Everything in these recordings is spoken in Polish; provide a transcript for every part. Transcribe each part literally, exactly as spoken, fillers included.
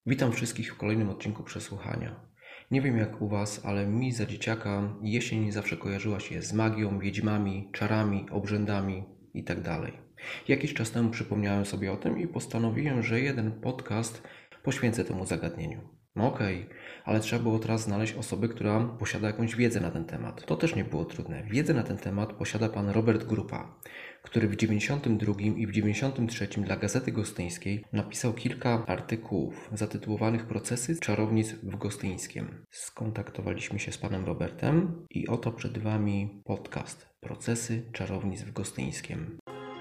Witam wszystkich w kolejnym odcinku Przesłuchania. Nie wiem jak u Was, ale mi za dzieciaka jesień zawsze kojarzyła się z magią, wiedźmami, czarami, obrzędami itd. Jakiś czas temu przypomniałem sobie o tym i postanowiłem, że jeden podcast poświęcę temu zagadnieniu. No okej, okay, ale trzeba było teraz znaleźć osobę, która posiada jakąś wiedzę na ten temat. To też nie było trudne. Wiedzę na ten temat posiada pan Robert Grupa, który w dziewięćdziesiątym drugim i w dziewięćdziesiątym trzecim dla Gazety Gostyńskiej napisał kilka artykułów zatytułowanych Procesy czarownic w Gostyńskiem. Skontaktowaliśmy się z panem Robertem i oto przed wami podcast Procesy czarownic w Gostyńskiem.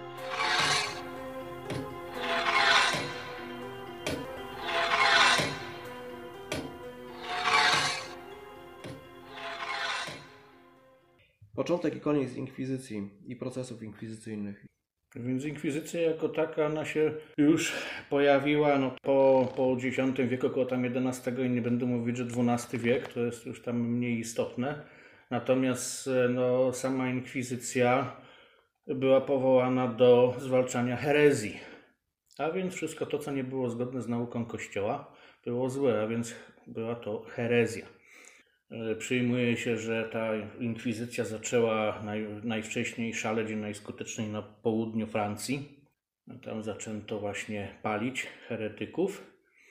Początek i koniec inkwizycji i procesów inkwizycyjnych. Więc inkwizycja jako taka ona się już pojawiła no, po, po dziesiątym wieku, około tam jedenastego i nie będę mówić, że dwunasty wiek, to jest już tam mniej istotne. Natomiast no, sama inkwizycja była powołana do zwalczania herezji. A więc wszystko to, co nie było zgodne z nauką Kościoła, było złe, a więc była to herezja. Przyjmuje się, że ta inkwizycja zaczęła naj, najwcześniej szaleć i najskuteczniej na południu Francji. Tam zaczęto właśnie palić heretyków.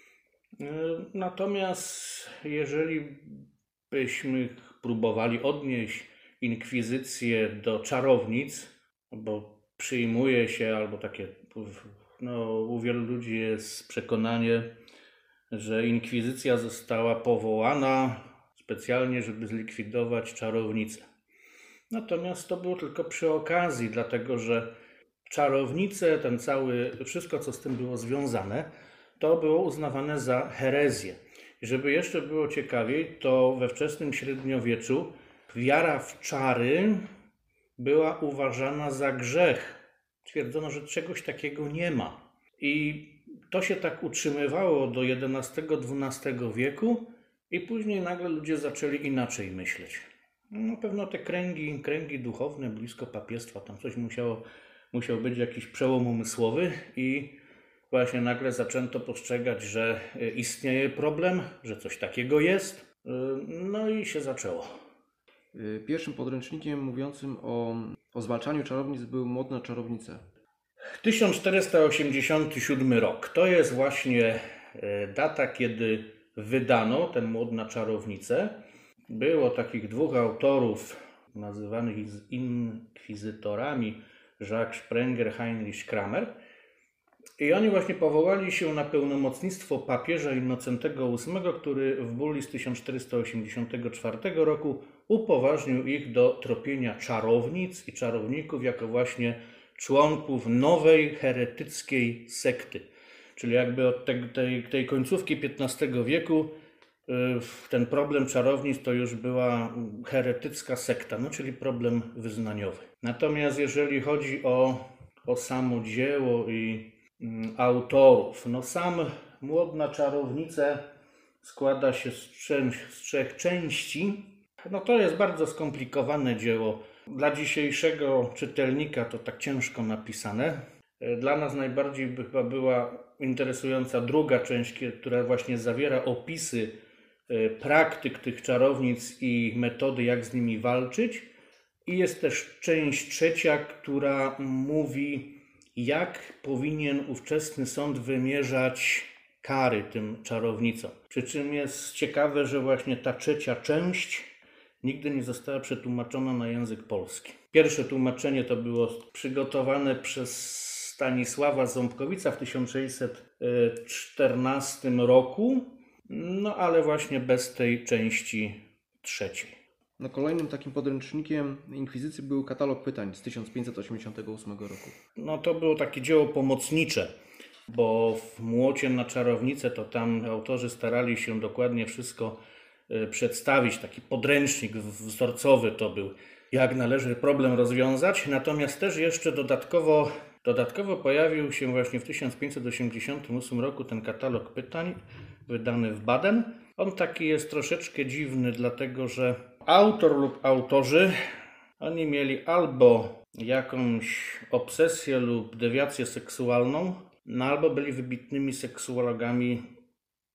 Natomiast jeżeli byśmy próbowali odnieść inkwizycję do czarownic, bo przyjmuje się, albo takie no, u wielu ludzi jest przekonanie, że inkwizycja została powołana specjalnie, żeby zlikwidować czarownicę. Natomiast to było tylko przy okazji, dlatego że czarownice, ten cały, wszystko co z tym było związane, to było uznawane za herezję. I żeby jeszcze było ciekawiej, to we wczesnym średniowieczu wiara w czary była uważana za grzech. Twierdzono, że czegoś takiego nie ma. I to się tak utrzymywało do jedenastego dwunastego wieku, i później nagle ludzie zaczęli inaczej myśleć. No pewno te kręgi, kręgi duchowne blisko papiestwa, tam coś musiało, musiał być jakiś przełom umysłowy i właśnie nagle zaczęto postrzegać, że istnieje problem, że coś takiego jest. No i się zaczęło. Pierwszym podręcznikiem mówiącym o, o zwalczaniu czarownic był Młot na czarownicę. tysiąc czterysta osiemdziesiąty siódmy rok. To jest właśnie data, kiedy wydano ten Młot na czarownicę. Było takich dwóch autorów nazywanych inkwizytorami, Jacques Sprenger, Heinrich Kramer. I oni właśnie powołali się na pełnomocnictwo papieża Innocentego ósmego, który w bulli z tysiąc czterysta osiemdziesiątego czwartego roku upoważnił ich do tropienia czarownic i czarowników jako właśnie członków nowej heretyckiej sekty. Czyli jakby od tej, tej, tej końcówki piętnastego wieku ten problem czarownic to już była heretycka sekta, no czyli problem wyznaniowy. Natomiast jeżeli chodzi o, o samo dzieło i mm, autorów, no sam Młot na czarownicę składa się z, trzech, z trzech części. No to jest bardzo skomplikowane dzieło. Dla dzisiejszego czytelnika to tak ciężko napisane. Dla nas najbardziej by chyba była interesująca druga część, która właśnie zawiera opisy praktyk tych czarownic i metody, jak z nimi walczyć. I jest też część trzecia, która mówi, jak powinien ówczesny sąd wymierzać kary tym czarownicom. Przy czym jest ciekawe, że właśnie ta trzecia część nigdy nie została przetłumaczona na język polski. Pierwsze tłumaczenie to było przygotowane przez Stanisława Ząbkowica w tysiąc sześćset czternastym roku, no ale właśnie bez tej części trzeciej. No kolejnym takim podręcznikiem inkwizycji był katalog pytań z tysiąc pięćset osiemdziesiątego ósmego roku. No to było takie dzieło pomocnicze, bo w Młocie na czarownicę to tam autorzy starali się dokładnie wszystko przedstawić, taki podręcznik wzorcowy to był, jak należy problem rozwiązać, natomiast też jeszcze dodatkowo Dodatkowo pojawił się właśnie w tysiąc pięćset osiemdziesiątym ósmym roku ten katalog pytań wydany w Baden. On taki jest troszeczkę dziwny, dlatego że autor lub autorzy, oni mieli albo jakąś obsesję lub dewiację seksualną, no albo byli wybitnymi seksuologami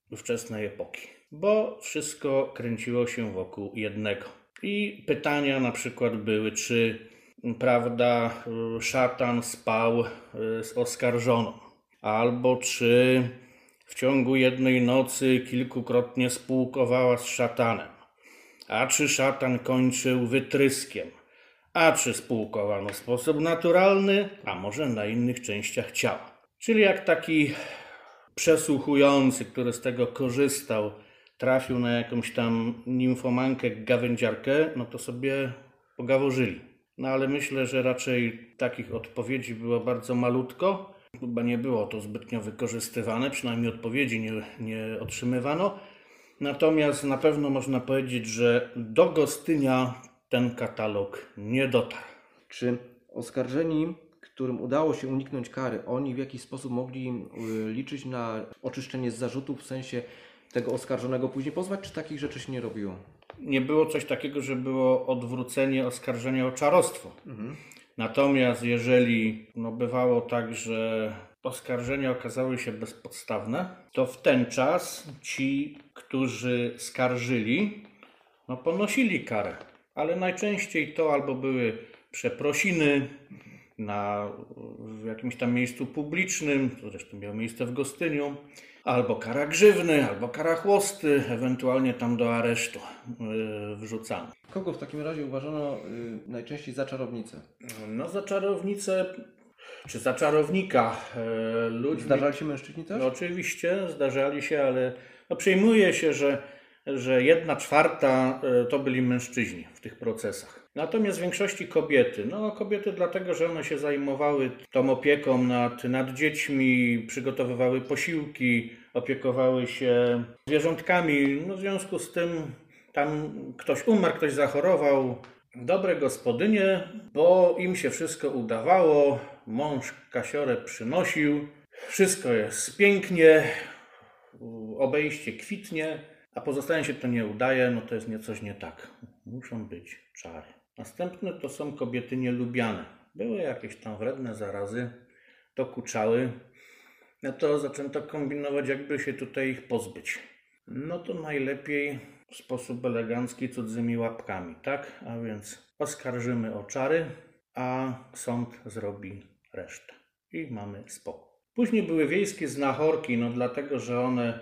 wczesnej epoki, bo wszystko kręciło się wokół jednego. I pytania na przykład były, czy prawda, szatan spał z oskarżoną, albo czy w ciągu jednej nocy kilkukrotnie spółkowała z szatanem, a czy szatan kończył wytryskiem, a czy spółkowano w sposób naturalny, a może na innych częściach ciała. Czyli jak taki przesłuchujący, który z tego korzystał, trafił na jakąś tam nimfomankę, gawędziarkę, no to sobie pogaworzyli. No ale myślę, że raczej takich odpowiedzi było bardzo malutko. Chyba nie było to zbytnio wykorzystywane, przynajmniej odpowiedzi nie, nie otrzymywano. Natomiast na pewno można powiedzieć, że do Gostynia ten katalog nie dotarł. Czy oskarżeni, którym udało się uniknąć kary, oni w jakiś sposób mogli liczyć na oczyszczenie z zarzutów, w sensie tego oskarżonego później pozwać, czy takich rzeczy się nie robiło? Nie było coś takiego, że było odwrócenie oskarżenia o czarostwo. Mhm. Natomiast jeżeli no, bywało tak, że oskarżenia okazały się bezpodstawne, to w ten czas ci, którzy skarżyli, no, ponosili karę. Ale najczęściej to albo były przeprosiny na, w jakimś tam miejscu publicznym, to zresztą miało miejsce w Gostyniu, albo kara grzywny, albo kara chłosty, ewentualnie tam do aresztu yy, wrzucano. Kogo w takim razie uważano yy, najczęściej za czarownicę? No za czarownicę, czy za czarownika yy, ludźmi... Zdarzali się mężczyźni też? No, oczywiście, zdarzali się, ale no, przyjmuje się, że, że jedna czwarta yy, to byli mężczyźni w tych procesach. Natomiast w większości kobiety. No kobiety dlatego, że one się zajmowały tą opieką nad, nad dziećmi, przygotowywały posiłki, opiekowały się zwierzątkami. No w związku z tym tam ktoś umarł, ktoś zachorował. Dobre gospodynie, bo im się wszystko udawało. Mąż kasiorę przynosił. Wszystko jest pięknie, obejście kwitnie, a pozostałym się to nie udaje, no to jest nie coś nie tak. Muszą być czary. Następne to są kobiety nielubiane. Były jakieś tam wredne zarazy, dokuczały. No to zaczęto kombinować, jakby się tutaj ich pozbyć. No to najlepiej w sposób elegancki cudzymi łapkami, tak? A więc oskarżymy o czary, a sąd zrobi resztę. I mamy spokój. Później były wiejskie znachorki, no dlatego, że one,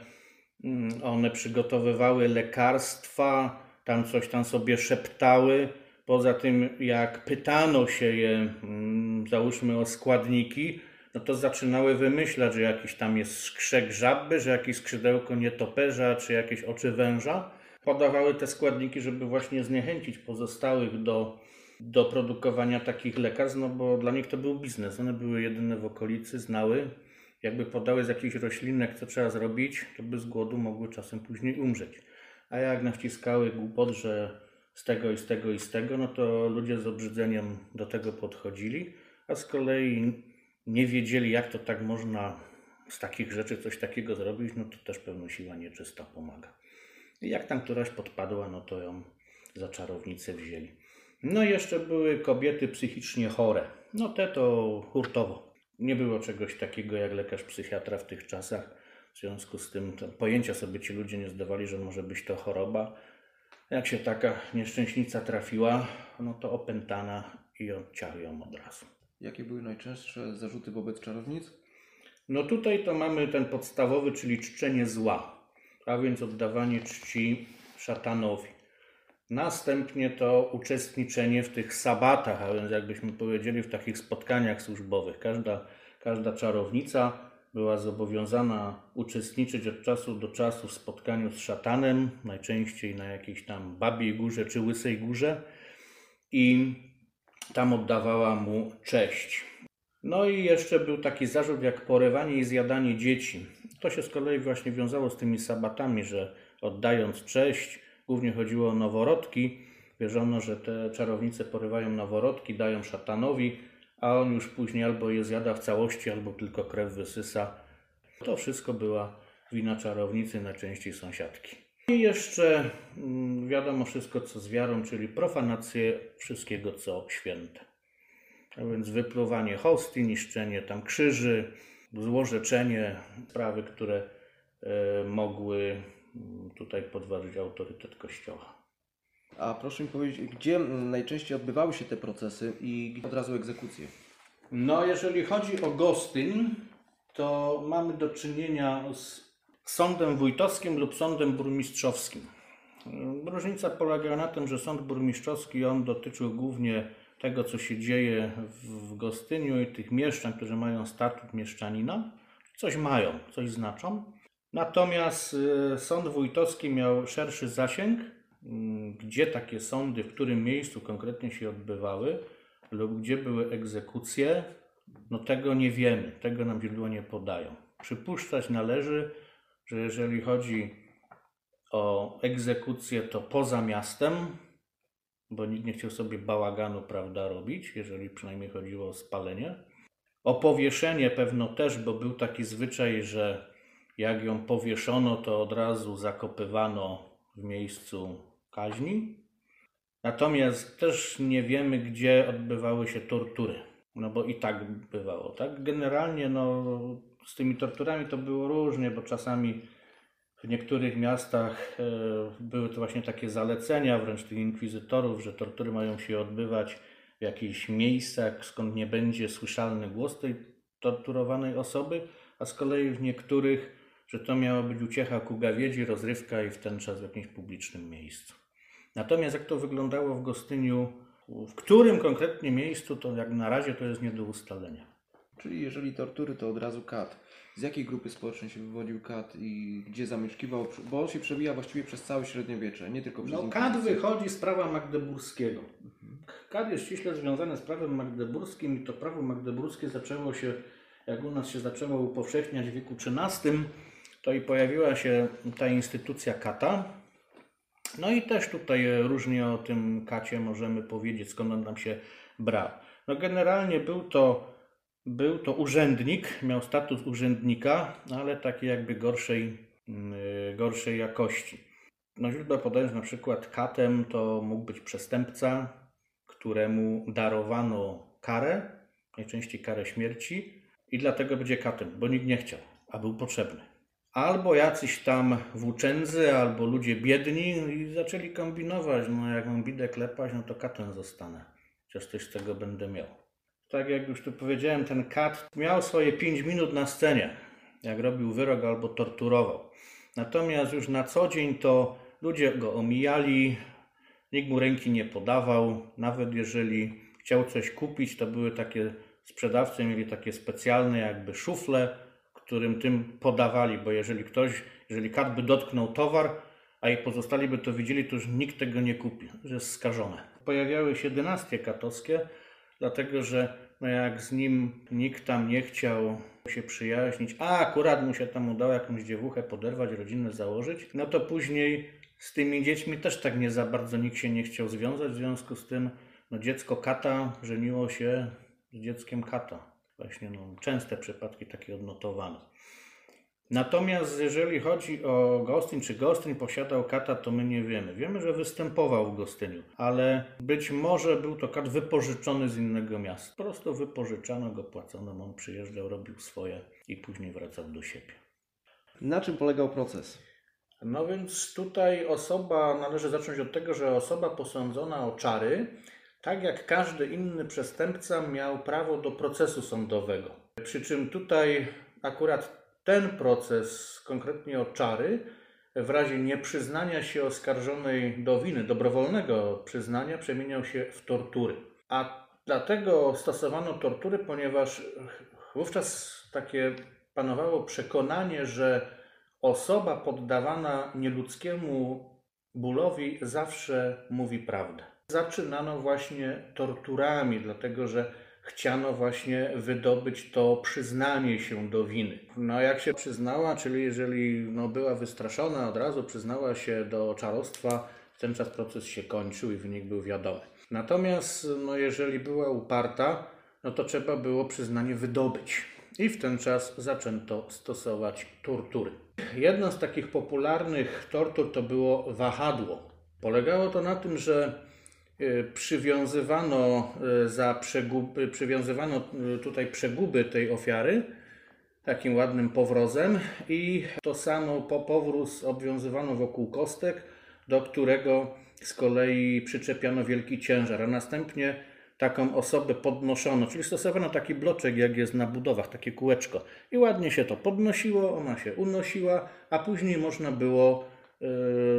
one przygotowywały lekarstwa, tam coś tam sobie szeptały. Poza tym, jak pytano się je, załóżmy o składniki, no to zaczynały wymyślać, że jakiś tam jest skrzek żaby, że jakieś skrzydełko nietoperza, czy jakieś oczy węża. Podawały te składniki, żeby właśnie zniechęcić pozostałych do, do produkowania takich lekarstw, no bo dla nich to był biznes. One były jedyne w okolicy, znały. Jakby podały z jakichś roślinek, co trzeba zrobić, to by z głodu mogły czasem później umrzeć. A jak nawciskały głupot, że z tego i z tego i z tego, no to ludzie z obrzydzeniem do tego podchodzili, a z kolei nie wiedzieli, jak to tak można z takich rzeczy coś takiego zrobić, no to też pewno siła nieczysta pomaga. I jak tam któraś podpadła, no to ją za czarownicę wzięli. No i jeszcze były kobiety psychicznie chore. No te to hurtowo. Nie było czegoś takiego jak lekarz psychiatra w tych czasach. W związku z tym pojęcia sobie ci ludzie nie zdawali, że może być to choroba. Jak się taka nieszczęśnica trafiła, no to opętana i odcięli ją od razu. Jakie były najczęstsze zarzuty wobec czarownic? No tutaj to mamy ten podstawowy, czyli czczenie zła, a więc oddawanie czci szatanowi. Następnie to uczestniczenie w tych sabatach, a więc jakbyśmy powiedzieli w takich spotkaniach służbowych. Każda, każda czarownica była zobowiązana uczestniczyć od czasu do czasu w spotkaniu z szatanem, najczęściej na jakiejś tam Babiej Górze czy Łysej Górze, i tam oddawała mu cześć. No i jeszcze był taki zarzut jak porywanie i zjadanie dzieci. To się z kolei właśnie wiązało z tymi sabatami, że oddając cześć, głównie chodziło o noworodki. Wierzono, że te czarownice porywają noworodki, dają szatanowi, a on już później albo je zjada w całości, albo tylko krew wysysa. To wszystko była wina czarownicy, najczęściej sąsiadki. I jeszcze wiadomo wszystko co z wiarą, czyli profanację wszystkiego co święte. A więc wypluwanie hostii, niszczenie tam krzyży, złorzeczenie, sprawy, które mogły tutaj podważyć autorytet Kościoła. A proszę mi powiedzieć, gdzie najczęściej odbywały się te procesy i gdzie od razu egzekucje? No, jeżeli chodzi o Gostyń, to mamy do czynienia z sądem wójtowskim lub sądem burmistrzowskim. Różnica polega na tym, że sąd burmistrzowski on dotyczył głównie tego, co się dzieje w Gostyniu i tych mieszczan, którzy mają statut mieszczanina. Coś mają, coś znaczą. Natomiast sąd wójtowski miał szerszy zasięg, gdzie takie sądy, w którym miejscu konkretnie się odbywały lub gdzie były egzekucje, no tego nie wiemy, tego nam źródła nie podają. Przypuszczać należy, że jeżeli chodzi o egzekucję, to poza miastem, bo nikt nie chciał sobie bałaganu, prawda, robić, jeżeli przynajmniej chodziło o spalenie. O powieszenie pewno też, bo był taki zwyczaj, że jak ją powieszono, to od razu zakopywano w miejscu kaźni. Natomiast też nie wiemy, gdzie odbywały się tortury, no bo i tak bywało, tak? Generalnie no, z tymi torturami to było różnie, bo czasami w niektórych miastach e, były to właśnie takie zalecenia wręcz tych inkwizytorów, że tortury mają się odbywać w jakichś miejscach, skąd nie będzie słyszalny głos tej torturowanej osoby, a z kolei w niektórych, że to miała być uciecha ku gawiedzi, rozrywka i w ten czas w jakimś publicznym miejscu. Natomiast jak to wyglądało w Gostyniu, w którym konkretnie miejscu, to jak na razie to jest nie do ustalenia. Czyli jeżeli tortury, to od razu kat. Z jakiej grupy społecznej się wywodził kat i gdzie zamieszkiwał? Bo on się przewija właściwie przez całe średniowiecze, nie tylko przez No inkwizycję. kat wychodzi z prawa magdeburskiego. Kat jest ściśle związany z prawem magdeburskim i to prawo magdeburskie zaczęło się, jak u nas się zaczęło upowszechniać w wieku trzynastym, to i pojawiła się ta instytucja kata. No i też tutaj różnie o tym kacie możemy powiedzieć, skąd on nam się brał. No generalnie był to, był to urzędnik, miał status urzędnika, ale takiej jakby gorszej, yy, gorszej jakości. No źródła podają, że na przykład katem to mógł być przestępca, któremu darowano karę, najczęściej karę śmierci i dlatego będzie katem, bo nikt nie chciał, a był potrzebny. Albo jacyś tam włóczędzy, albo ludzie biedni i zaczęli kombinować, no jak mam bidę klepać, no to katem zostanę, chociaż coś z tego będę miał. Tak jak już tu powiedziałem, ten kat miał swoje pięć minut na scenie, jak robił wyrok albo torturował. Natomiast już na co dzień to ludzie go omijali, nikt mu ręki nie podawał, nawet jeżeli chciał coś kupić, to były takie, sprzedawcy mieli takie specjalne jakby szufle, którym tym podawali, bo jeżeli ktoś, jeżeli kat by dotknął towar, a i pozostali by to widzieli, to już nikt tego nie kupi, że jest skażone. Pojawiały się dynastie katowskie, dlatego że no jak z nim nikt tam nie chciał się przyjaźnić, a akurat mu się tam udało jakąś dziewuchę poderwać, rodzinę założyć, no to później z tymi dziećmi też tak nie za bardzo nikt się nie chciał związać, w związku z tym no dziecko kata żeniło się z dzieckiem kata. Właśnie no, częste przypadki takie odnotowano. Natomiast jeżeli chodzi o Gostyń, czy Gostyń posiadał kata, to my nie wiemy. Wiemy, że występował w Gostyniu, ale być może był to kat wypożyczony z innego miasta. Po prostu wypożyczano go, płacono, on przyjeżdżał, robił swoje i później wracał do siebie. Na czym polegał proces? No więc tutaj osoba, należy zacząć od tego, że osoba posądzona o czary, tak jak każdy inny przestępca, miał prawo do procesu sądowego. Przy czym tutaj akurat ten proces, konkretnie o czary, w razie nieprzyznania się oskarżonej do winy, dobrowolnego przyznania, przemieniał się w tortury. A dlatego stosowano tortury, ponieważ wówczas takie panowało przekonanie, że osoba poddawana nieludzkiemu bólowi zawsze mówi prawdę. Zaczynano właśnie torturami, dlatego że chciano właśnie wydobyć to przyznanie się do winy. No jak się przyznała, czyli jeżeli no, była wystraszona, od razu przyznała się do czarostwa, w ten czas proces się kończył i wynik był wiadomy. Natomiast no, jeżeli była uparta, no to trzeba było przyznanie wydobyć. I w ten czas zaczęto stosować tortury. Jedną z takich popularnych tortur to było wahadło. Polegało to na tym, że przywiązywano, za przeguby, przywiązywano tutaj przeguby tej ofiary takim ładnym powrozem i to samo po powróz obwiązywano wokół kostek, do którego z kolei przyczepiano wielki ciężar, a następnie taką osobę podnoszono, czyli stosowano taki bloczek, jak jest na budowach, takie kółeczko. I ładnie się to podnosiło, ona się unosiła, a później można było yy,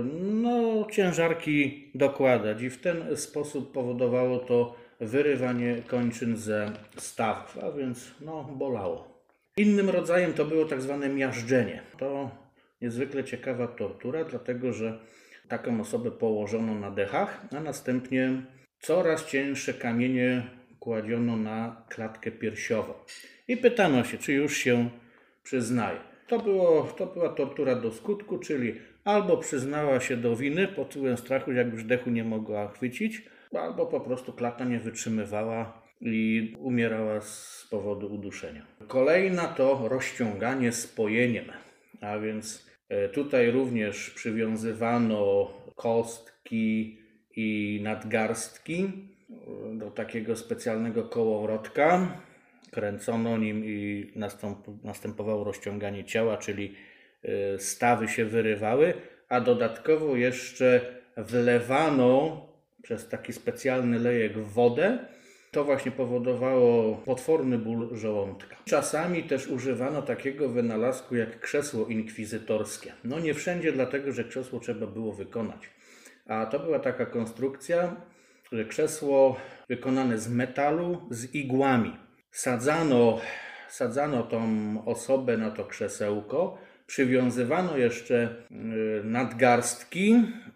no, ciężarki dokładać. I w ten sposób powodowało to wyrywanie kończyn ze stawów, a więc no, bolało. Innym rodzajem to było tak zwane miażdżenie. To niezwykle ciekawa tortura, dlatego że taką osobę położono na dechach, a następnie coraz cięższe kamienie kładziono na klatkę piersiową. I pytano się, czy już się przyznaje. To, było, to była tortura do skutku, czyli albo przyznała się do winy pod wpływem strachu, jak już dechu nie mogła chwycić, albo po prostu klata nie wytrzymywała i umierała z powodu uduszenia. Kolejna to rozciąganie spojeniem, a więc tutaj również przywiązywano kostki i nadgarstki do takiego specjalnego kołowrotka. Kręcono nim i następowało rozciąganie ciała, czyli stawy się wyrywały, a dodatkowo jeszcze wlewano przez taki specjalny lejek wodę. To właśnie powodowało potworny ból żołądka. Czasami też używano takiego wynalazku jak krzesło inkwizytorskie. No nie wszędzie, dlatego że krzesło trzeba było wykonać. A to była taka konstrukcja, że krzesło wykonane z metalu, z igłami. Sadzano, sadzano tą osobę na to krzesełko, przywiązywano jeszcze nadgarstki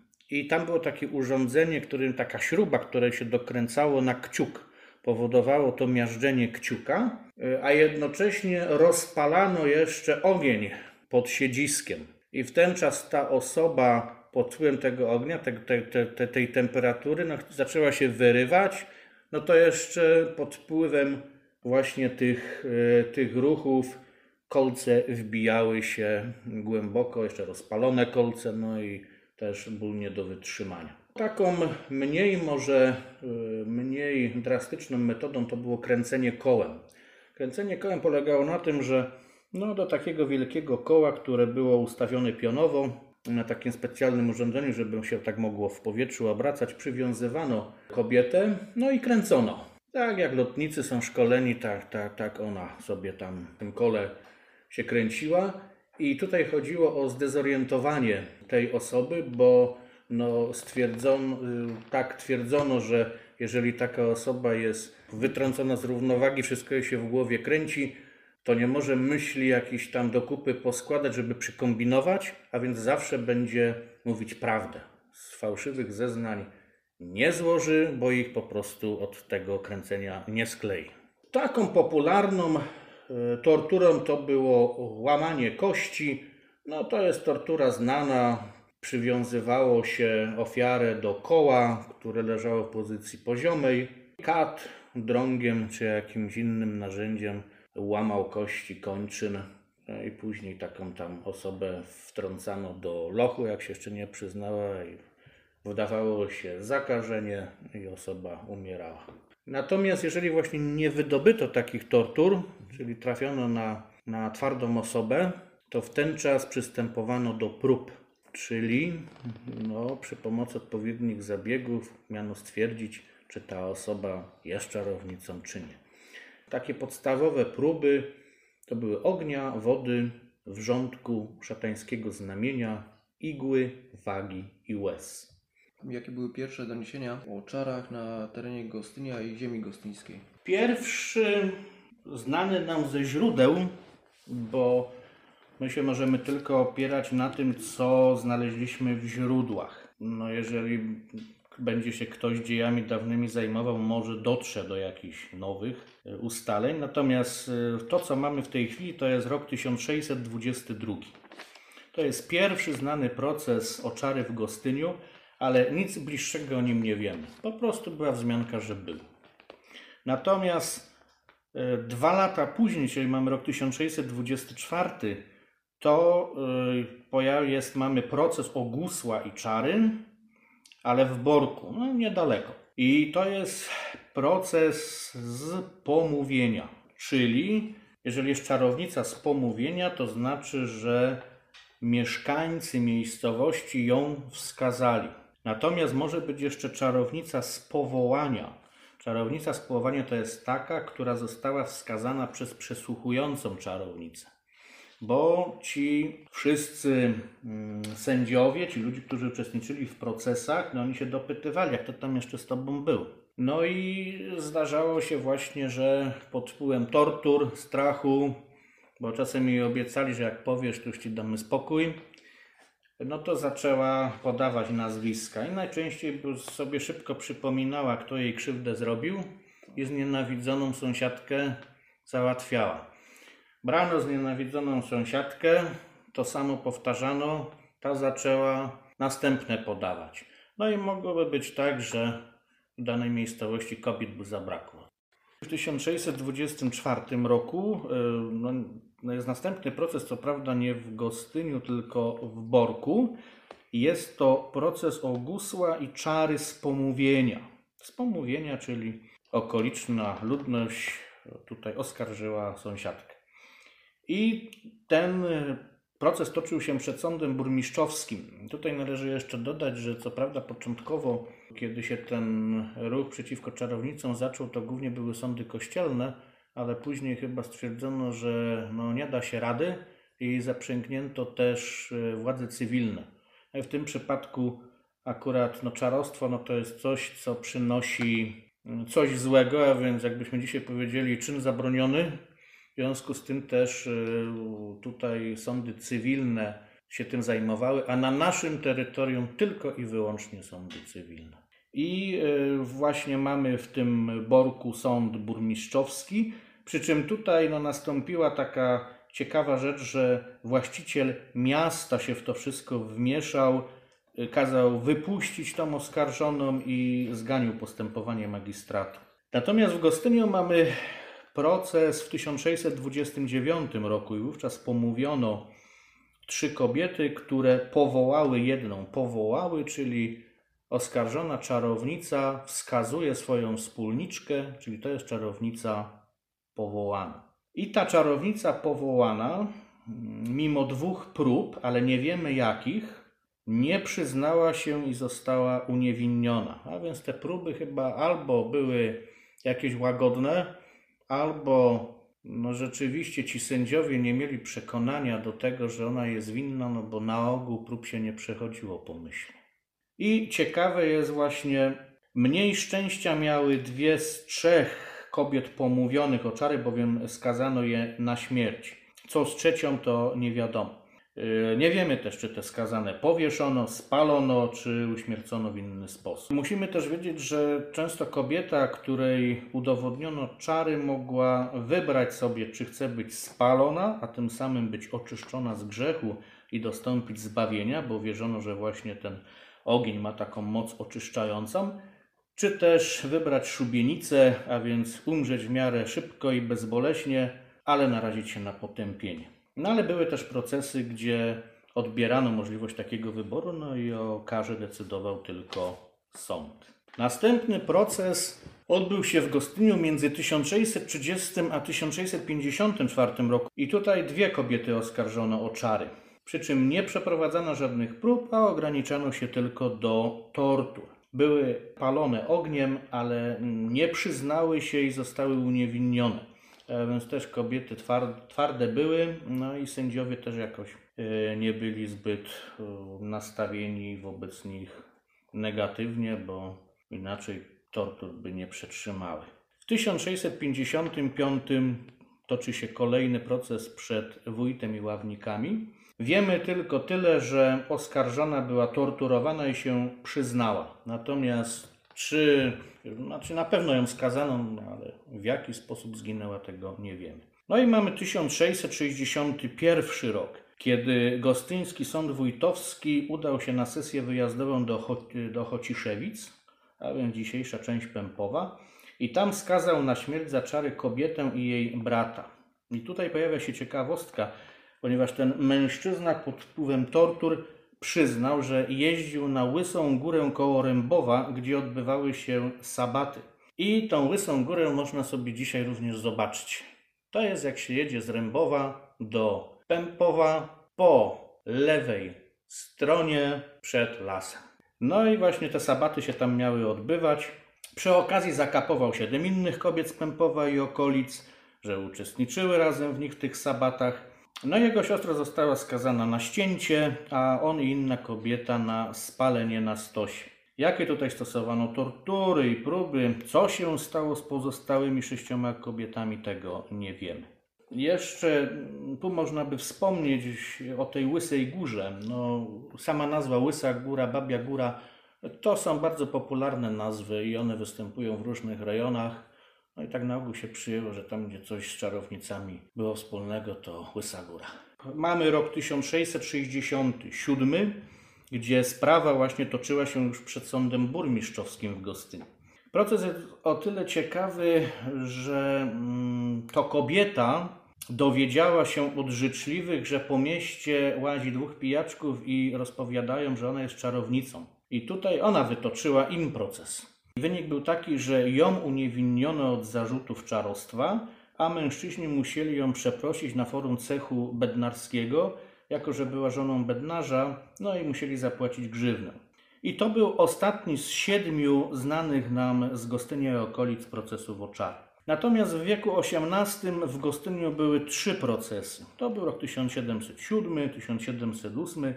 i tam było takie urządzenie, którym taka śruba, która się dokręcało na kciuk. Powodowało to miażdżenie kciuka, a jednocześnie rozpalano jeszcze ogień pod siedziskiem. I w ten czas ta osoba pod wpływem tego ognia, te, te, te, tej temperatury no, zaczęła się wyrywać, no to jeszcze pod wpływem właśnie tych, tych ruchów kolce wbijały się głęboko, jeszcze rozpalone kolce, no i też ból nie do wytrzymania. Taką mniej może mniej drastyczną metodą to było kręcenie kołem. Kręcenie kołem polegało na tym, że no, do takiego wielkiego koła, które było ustawione pionowo na takim specjalnym urządzeniu, żeby się tak mogło w powietrzu obracać, przywiązywano kobietę, no i kręcono. Tak jak lotnicy są szkoleni, tak, tak, tak ona sobie tam w tym kole się kręciła. I tutaj chodziło o zdezorientowanie tej osoby, bo no stwierdzono, tak twierdzono, że jeżeli taka osoba jest wytrącona z równowagi, wszystko jej się w głowie kręci, to nie może myśli jakieś tam do kupy poskładać, żeby przykombinować, a więc zawsze będzie mówić prawdę. Z fałszywych zeznań nie złoży, bo ich po prostu od tego kręcenia nie sklei. Taką popularną torturą to było łamanie kości. No to jest tortura znana. Przywiązywało się ofiarę do koła, które leżało w pozycji poziomej. Kat drągiem czy jakimś innym narzędziem łamał kości kończyn. No i później taką tam osobę wtrącano do lochu, jak się jeszcze nie przyznała, i wydawało się zakażenie i osoba umierała. Natomiast jeżeli właśnie nie wydobyto takich tortur, czyli trafiono na, na twardą osobę, to w ten czas przystępowano do prób, czyli no, przy pomocy odpowiednich zabiegów miano stwierdzić, czy ta osoba jest czarownicą, czy nie. Takie podstawowe próby to były ognia, wody, wrzątku, szatańskiego znamienia, igły, wagi i łez. Jakie były pierwsze doniesienia o czarach na terenie Gostynia i ziemi gostyńskiej? Pierwszy znany nam ze źródeł, bo my się możemy tylko opierać na tym, co znaleźliśmy w źródłach. No jeżeli będzie się ktoś dziejami dawnymi zajmował, może dotrze do jakichś nowych ustaleń. Natomiast to, co mamy w tej chwili, to jest rok tysiąc sześćset dwudziesty drugi. To jest pierwszy znany proces o czary w Gostyniu, ale nic bliższego o nim nie wiemy. Po prostu była wzmianka, że był. Natomiast e, dwa lata później, czyli mamy rok tysiąc sześćset dwudziesty czwarty, to e, jest, mamy proces o gusła i czary, ale w Borku, no niedaleko. I to jest proces z pomówienia, czyli Jeżeli jest czarownica z pomówienia, to znaczy, że mieszkańcy miejscowości ją wskazali. Natomiast może być jeszcze czarownica z powołania. Czarownica z powołania to jest taka, która została wskazana przez przesłuchującą czarownicę. Bo ci wszyscy mm, sędziowie, ci ludzie, którzy uczestniczyli w procesach, no oni się dopytywali, jak to tam jeszcze z tobą było. No i zdarzało się właśnie, że pod wpływem tortur, strachu, bo czasem jej obiecali, że jak powiesz, to już ci damy spokój, no to zaczęła podawać nazwiska i najczęściej sobie szybko przypominała, kto jej krzywdę zrobił i znienawidzoną sąsiadkę załatwiała. Brano znienawidzoną sąsiadkę, to samo powtarzano, ta zaczęła następne podawać. No i mogłoby być tak, że w danej miejscowości kobiet by zabrakło. W tysiąc sześćset dwudziestym czwartym roku no, jest następny proces, co prawda nie w Gostyniu, tylko w Borku. Jest to proces o gusła i czary z pomówienia. Z pomówienia, czyli okoliczna ludność tutaj oskarżyła sąsiadkę. I ten proces toczył się przed sądem burmistrzowskim. Tutaj należy jeszcze dodać, że co prawda początkowo, kiedy się ten ruch przeciwko czarownicom zaczął, to głównie były sądy kościelne, ale później chyba stwierdzono, że no nie da się rady i zaprzęgnięto też władze cywilne. W tym przypadku akurat no, czarostwo no, to jest coś, co przynosi coś złego, a więc jakbyśmy dzisiaj powiedzieli czyn zabroniony. W związku z tym też tutaj sądy cywilne się tym zajmowały, a na naszym terytorium tylko i wyłącznie sądy cywilne. I właśnie mamy w tym Borku sąd burmistrzowski, przy czym tutaj no, nastąpiła taka ciekawa rzecz, że właściciel miasta się w to wszystko wmieszał, kazał wypuścić tą oskarżoną i zganił postępowanie magistratu. Natomiast w Gostyniu mamy proces w tysiąc sześćset dwudziestym dziewiątym roku i wówczas pomówiono trzy kobiety, które powołały jedną. Powołały, czyli oskarżona czarownica wskazuje swoją wspólniczkę, czyli to jest czarownica powołana. I ta czarownica powołana, mimo dwóch prób, ale nie wiemy jakich, nie przyznała się i została uniewinniona. A więc te próby chyba albo były jakieś łagodne, albo no rzeczywiście ci sędziowie nie mieli przekonania do tego, że ona jest winna, no bo na ogół prób się nie przechodziło pomyślnie. I ciekawe jest właśnie, mniej szczęścia miały dwie z trzech kobiet pomówionych o czary, bowiem skazano je na śmierć. Co z trzecią, to nie wiadomo. Nie wiemy też, czy te skazane powieszono, spalono, czy uśmiercono w inny sposób. Musimy też wiedzieć, że często kobieta, której udowodniono czary, mogła wybrać sobie, czy chce być spalona, a tym samym być oczyszczona z grzechu i dostąpić zbawienia, bo wierzono, że właśnie ten ogień ma taką moc oczyszczającą, czy też wybrać szubienicę, a więc umrzeć w miarę szybko i bezboleśnie, ale narazić się na potępienie. No ale były też procesy, gdzie odbierano możliwość takiego wyboru, no i o karze decydował tylko sąd. Następny proces odbył się w Gostyniu między tysiąc sześćset trzydziestym a tysiąc sześćset pięćdziesiątym czwartym roku i tutaj dwie kobiety oskarżono o czary. Przy czym nie przeprowadzano żadnych prób, a ograniczano się tylko do tortur. Były palone ogniem, ale nie przyznały się i zostały uniewinnione. A więc też kobiety twarde były, no i sędziowie też jakoś nie byli zbyt nastawieni wobec nich negatywnie, bo inaczej tortur by nie przetrzymały. W tysiąc sześćset pięćdziesiątym piątym toczy się kolejny proces przed wójtem i ławnikami. Wiemy tylko tyle, że oskarżona była torturowana i się przyznała. Natomiast czy, znaczy na pewno ją skazano, no ale w jaki sposób zginęła, tego nie wiemy. No i mamy tysiąc sześćset sześćdziesiąty pierwszy rok, kiedy Gostyński Sąd Wójtowski udał się na sesję wyjazdową do, Cho do Chociszewic, a więc dzisiejsza część Pępowa, i tam skazał na śmierć za czary kobietę i jej brata. I tutaj pojawia się ciekawostka, ponieważ ten mężczyzna pod wpływem tortur przyznał, że jeździł na Łysą Górę koło Rębowa, gdzie odbywały się sabaty. I tą Łysą Górę można sobie dzisiaj również zobaczyć. To jest jak się jedzie z Rębowa do Pępowa po lewej stronie przed lasem. No i właśnie te sabaty się tam miały odbywać. Przy okazji zakapował siedem innych kobiet z Pępowa i okolic, że uczestniczyły razem w nich w tych sabatach. No jego siostra została skazana na ścięcie, a on i inna kobieta na spalenie na stosie. Jakie tutaj stosowano tortury i próby, co się stało z pozostałymi sześcioma kobietami, tego nie wiemy. Jeszcze tu można by wspomnieć o tej Łysej Górze. No, sama nazwa Łysa Góra, Babia Góra to są bardzo popularne nazwy i one występują w różnych rejonach. No i tak na ogół się przyjęło, że tam, gdzie coś z czarownicami było wspólnego, to Łysa Góra. Mamy rok tysiąc sześćset sześćdziesiąty siódmy, gdzie sprawa właśnie toczyła się już przed sądem burmistrzowskim w Gostyniu. Proces jest o tyle ciekawy, że mm, to kobieta dowiedziała się od życzliwych, że po mieście łazi dwóch pijaczków i rozpowiadają, że ona jest czarownicą. I tutaj ona wytoczyła im proces. Wynik był taki, że ją uniewinniono od zarzutów czarostwa, a mężczyźni musieli ją przeprosić na forum cechu bednarskiego, jako że była żoną bednarza, no i musieli zapłacić grzywnę. I to był ostatni z siedmiu znanych nam z Gostynia i okolic procesów o czary. Natomiast w wieku osiemnastym w Gostyniu były trzy procesy. To był rok tysiąc siedemset siódmy, tysiąc siedemset ósmy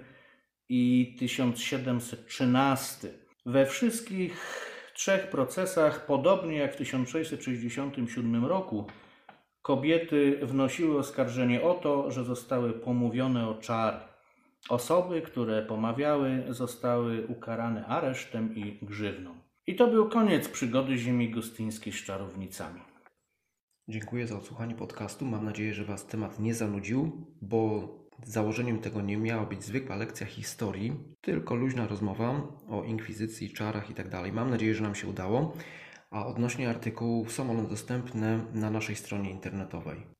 i tysiąc siedemset trzynasty. We wszystkich trzech procesach, podobnie jak w tysiąc sześćset sześćdziesiątym siódmym roku, kobiety wnosiły oskarżenie o to, że zostały pomówione o czary. Osoby, które pomawiały, zostały ukarane aresztem i grzywną. I to był koniec przygody ziemi gostyńskiej z czarownicami. Dziękuję za odsłuchanie podcastu. Mam nadzieję, że Was temat nie zanudził, bo założeniem tego nie miała być zwykła lekcja historii, tylko luźna rozmowa o inkwizycji, czarach itd. Mam nadzieję, że nam się udało. A odnośnie artykułów są one dostępne na naszej stronie internetowej.